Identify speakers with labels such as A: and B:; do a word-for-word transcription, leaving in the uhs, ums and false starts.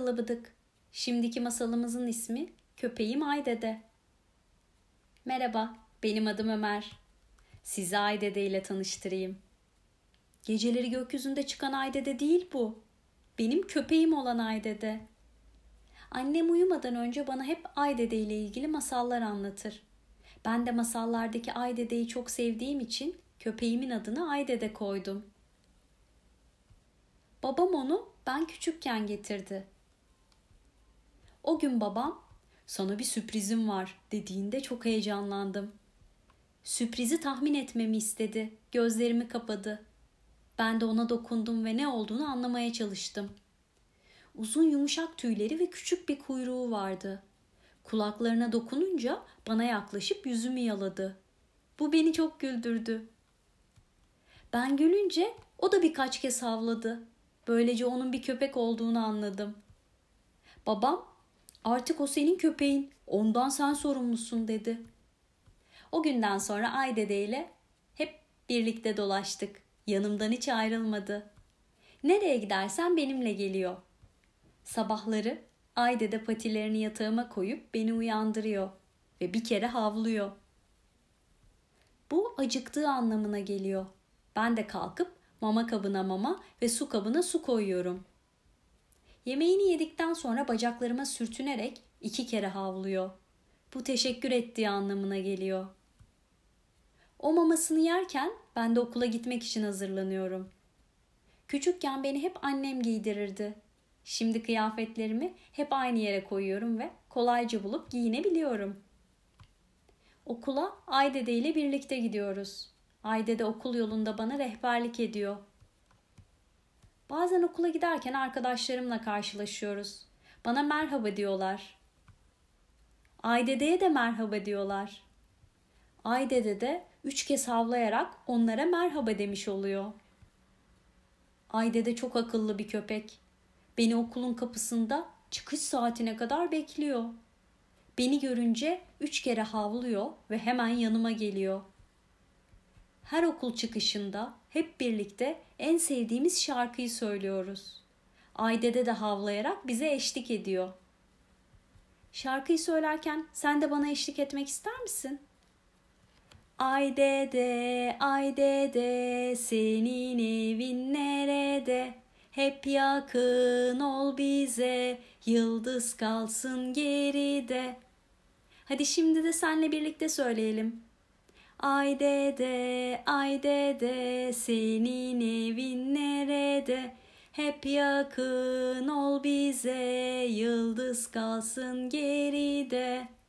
A: akıllı bıdık. Şimdiki masalımızın ismi Köpeğim Aydede. Merhaba, benim adım Ömer. Sizi Aydede ile tanıştırayım. Geceleri gökyüzünde çıkan Aydede değil bu. Benim köpeğim olan Aydede. Annem uyumadan önce bana hep Aydede ile ilgili masallar anlatır. Ben de masallardaki Aydede'yi çok sevdiğim için köpeğimin adını Aydede koydum. Babam onu ben küçükken getirdi. O gün babam, "Sana bir sürprizim var," dediğinde çok heyecanlandım. Sürprizi tahmin etmemi istedi. Gözlerimi kapadı. Ben de ona dokundum ve ne olduğunu anlamaya çalıştım. Uzun yumuşak tüyleri ve küçük bir kuyruğu vardı. Kulaklarına dokununca bana yaklaşıp yüzümü yaladı. Bu beni çok güldürdü. Ben gülünce o da birkaç kez havladı. Böylece onun bir köpek olduğunu anladım. Babam, "Artık o senin köpeğin, ondan sen sorumlusun," dedi. O günden sonra Aydede ile hep birlikte dolaştık. Yanımdan hiç ayrılmadı. Nereye gidersem benimle geliyor. Sabahları Aydede patilerini yatağıma koyup beni uyandırıyor ve bir kere havlıyor. Bu acıktığı anlamına geliyor. Ben de kalkıp mama kabına mama ve su kabına su koyuyorum. Yemeğini yedikten sonra bacaklarıma sürtünerek iki kere havlıyor. Bu teşekkür ettiği anlamına geliyor. O mamasını yerken ben de okula gitmek için hazırlanıyorum. Küçükken beni hep annem giydirirdi. Şimdi kıyafetlerimi hep aynı yere koyuyorum ve kolayca bulup giyinebiliyorum. Okula Aydede ile birlikte gidiyoruz. Aydede okul yolunda bana rehberlik ediyor. Bazen okula giderken arkadaşlarımla karşılaşıyoruz. Bana merhaba diyorlar. Aydede'ye de merhaba diyorlar. Aydede de üç kez havlayarak onlara merhaba demiş oluyor. Aydede çok akıllı bir köpek. Beni okulun kapısında çıkış saatine kadar bekliyor. Beni görünce üç kere havlıyor ve hemen yanıma geliyor. Her okul çıkışında hep birlikte en sevdiğimiz şarkıyı söylüyoruz. Aydede de havlayarak bize eşlik ediyor. Şarkıyı söylerken sen de bana eşlik etmek ister misin? Aydede, Aydede, senin evin nerede? Hep yakın ol bize, yıldız kalsın geride. Hadi şimdi de seninle birlikte söyleyelim. Aydede, Aydede, senin evin nerede? Hep yakın ol bize, yıldız kalsın geride.